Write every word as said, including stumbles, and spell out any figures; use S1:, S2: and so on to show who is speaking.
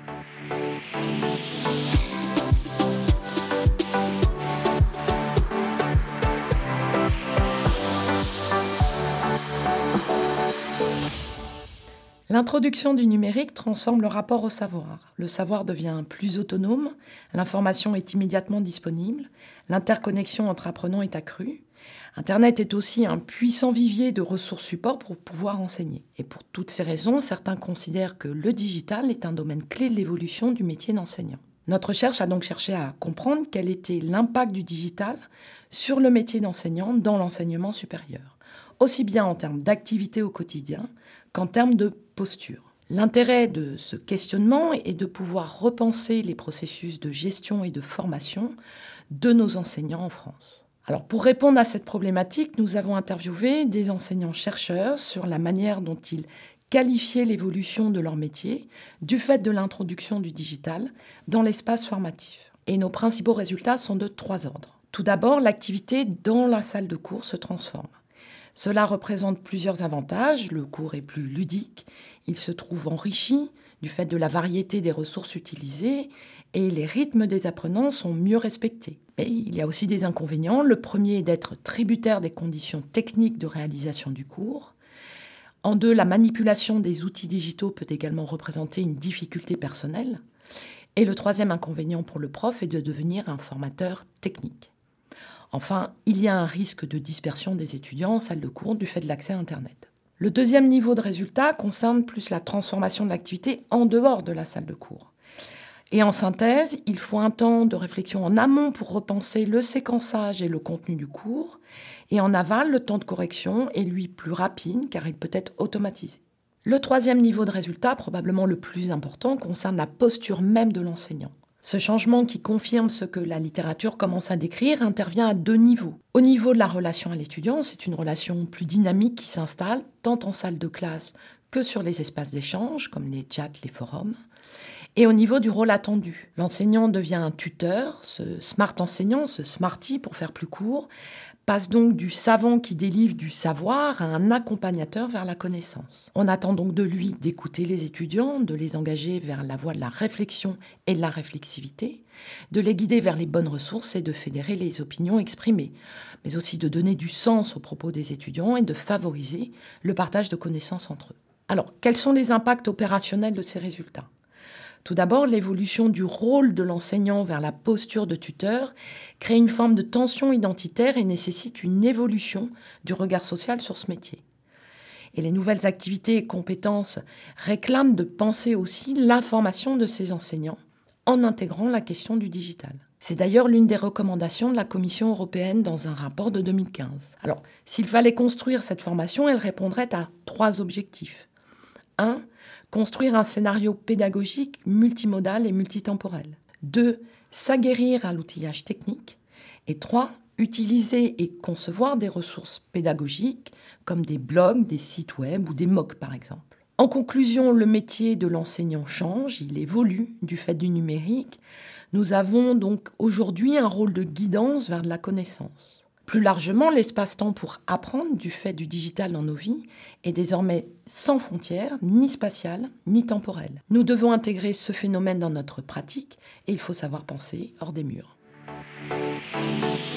S1: L'introduction du numérique transforme le rapport au savoir. Le savoir devient plus autonome, l'information est immédiatement disponible, l'interconnexion entre apprenants est accrue. Internet est aussi un puissant vivier de ressources support pour pouvoir enseigner. Et pour toutes ces raisons, certains considèrent que le digital est un domaine clé de l'évolution du métier d'enseignant. Notre recherche a donc cherché à comprendre quel était l'impact du digital sur le métier d'enseignant dans l'enseignement supérieur, aussi bien en termes d'activité au quotidien qu'en termes de posture. L'intérêt de ce questionnement est de pouvoir repenser les processus de gestion et de formation de nos enseignants en France. Alors, pour répondre à cette problématique, nous avons interviewé des enseignants-chercheurs sur la manière dont ils qualifiaient l'évolution de leur métier du fait de l'introduction du digital dans l'espace formatif. Et nos principaux résultats sont de trois ordres. Tout d'abord, l'activité dans la salle de cours se transforme. Cela représente plusieurs avantages. Le cours est plus ludique, il se trouve enrichi du fait de la variété des ressources utilisées et les rythmes des apprenants sont mieux respectés. Mais il y a aussi des inconvénients. Le premier est d'être tributaire des conditions techniques de réalisation du cours. En deux, la manipulation des outils digitaux peut également représenter une difficulté personnelle. Et le troisième inconvénient pour le prof est de devenir un formateur technique. Enfin, il y a un risque de dispersion des étudiants en salle de cours du fait de l'accès à Internet. Le deuxième niveau de résultat concerne plus la transformation de l'activité en dehors de la salle de cours. Et en synthèse, il faut un temps de réflexion en amont pour repenser le séquençage et le contenu du cours. Et en aval, le temps de correction est lui plus rapide car il peut être automatisé. Le troisième niveau de résultat, probablement le plus important, concerne la posture même de l'enseignant. Ce changement qui confirme ce que la littérature commence à décrire intervient à deux niveaux. Au niveau de la relation à l'étudiant, c'est une relation plus dynamique qui s'installe tant en salle de classe que sur les espaces d'échange, comme les chats, les forums. Et au niveau du rôle attendu, l'enseignant devient un tuteur, ce smart enseignant, ce smarty pour faire plus court, passe donc du savant qui délivre du savoir à un accompagnateur vers la connaissance. On attend donc de lui d'écouter les étudiants, de les engager vers la voie de la réflexion et de la réflexivité, de les guider vers les bonnes ressources et de fédérer les opinions exprimées, mais aussi de donner du sens aux propos des étudiants et de favoriser le partage de connaissances entre eux. Alors, quels sont les impacts opérationnels de ces résultats ? Tout d'abord, l'évolution du rôle de l'enseignant vers la posture de tuteur crée une forme de tension identitaire et nécessite une évolution du regard social sur ce métier. Et les nouvelles activités et compétences réclament de penser aussi la formation de ces enseignants en intégrant la question du digital. C'est d'ailleurs l'une des recommandations de la Commission européenne dans un rapport de deux mille quinze. Alors, s'il fallait construire cette formation, elle répondrait à trois objectifs. un. Construire un scénario pédagogique multimodal et multitemporel. deux. S'aguerrir à l'outillage technique. Et trois. Utiliser et concevoir des ressources pédagogiques comme des blogs, des sites web ou des M O O C par exemple. En conclusion, le métier de l'enseignant change, il évolue du fait du numérique. Nous avons donc aujourd'hui un rôle de guidance vers de la connaissance. Plus largement, l'espace-temps pour apprendre du fait du digital dans nos vies est désormais sans frontières, ni spatiales, ni temporelles. Nous devons intégrer ce phénomène dans notre pratique et il faut savoir penser hors des murs.